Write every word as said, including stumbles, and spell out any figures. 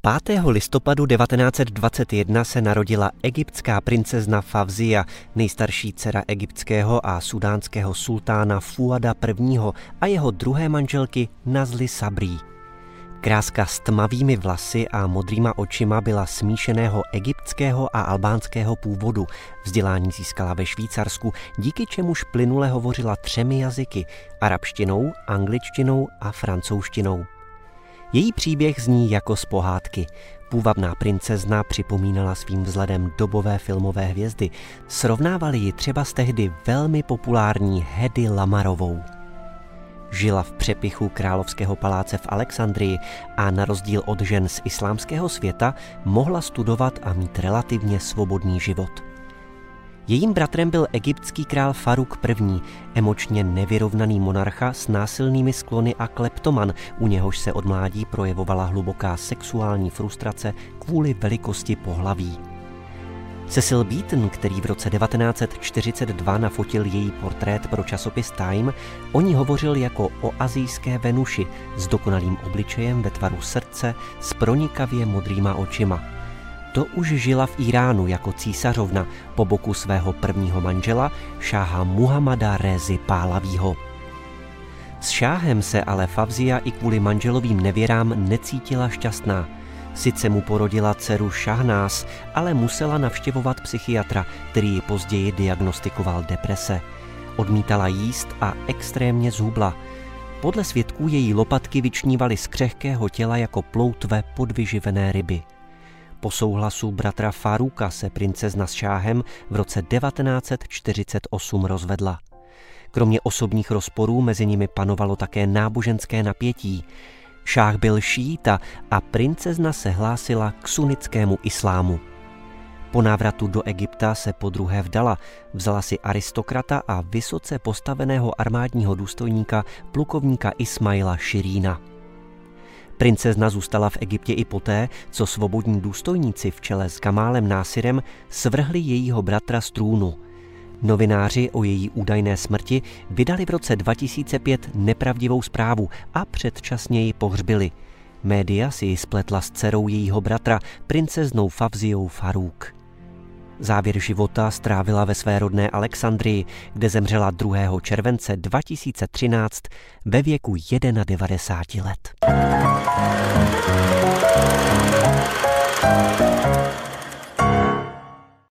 pátého listopadu devatenáct set dvacet jedna se narodila egyptská princezna Fawzija, nejstarší dcera egyptského a sudánského sultána Fuada prvního a jeho druhé manželky Nazly Sabrí. Kráska s tmavými vlasy a modrýma očima byla smíšeného egyptského a albánského původu. Vzdělání získala ve Švýcarsku, díky čemuž plynule hovořila třemi jazyky – arabštinou, angličtinou a francouzštinou. Její příběh zní jako z pohádky. Půvabná princezna připomínala svým vzhledem dobové filmové hvězdy. Srovnávali ji třeba s tehdy velmi populární Hedy Lamarovou. Žila v přepichu královského paláce v Alexandrii a na rozdíl od žen z islámského světa mohla studovat a mít relativně svobodný život. Jejím bratrem byl egyptský král Faruk první, emočně nevyrovnaný monarcha s násilnými sklony a kleptoman, u něhož se od mládí projevovala hluboká sexuální frustrace kvůli velikosti pohlaví. Cecil Beaton, který v roce devatenáct set čtyřicet dva nafotil její portrét pro časopis Time, o ní hovořil jako o asijské Venuši s dokonalým obličejem ve tvaru srdce s pronikavě modrýma očima. To už žila v Íránu jako císařovna po boku svého prvního manžela, šáha Muhammada Rézy Páhlavího. S šáhem se ale Fawzija i kvůli manželovým nevěrám necítila šťastná. Sice mu porodila dceru Šahnás, ale musela navštěvovat psychiatra, který ji později diagnostikoval deprese. Odmítala jíst a extrémně zhubla. Podle svědků její lopatky vyčnívaly z křehkého těla jako ploutve podvyživené ryby. Po souhlasu bratra Faruka se princezna s šáhem v roce devatenáct set čtyřicet osm rozvedla. Kromě osobních rozporů mezi nimi panovalo také náboženské napětí. Šáh byl šíita a princezna se hlásila k sunnickému islámu. Po návratu do Egypta se podruhé vdala, vzala si aristokrata a vysoce postaveného armádního důstojníka plukovníka Ismaila Širína. Princezna zůstala v Egyptě i poté, co svobodní důstojníci v čele s Gamálem Násirem svrhli jejího bratra z trůnu. Novináři o její údajné smrti vydali v roce dva tisíce pět nepravdivou zprávu a předčasně ji pohřbili. Média si ji spletla s dcerou jejího bratra, princeznou Fawzijou Faruk. Závěr života strávila ve své rodné Alexandrii, kde zemřela druhého července dva tisíce třináct ve věku devadesáti let.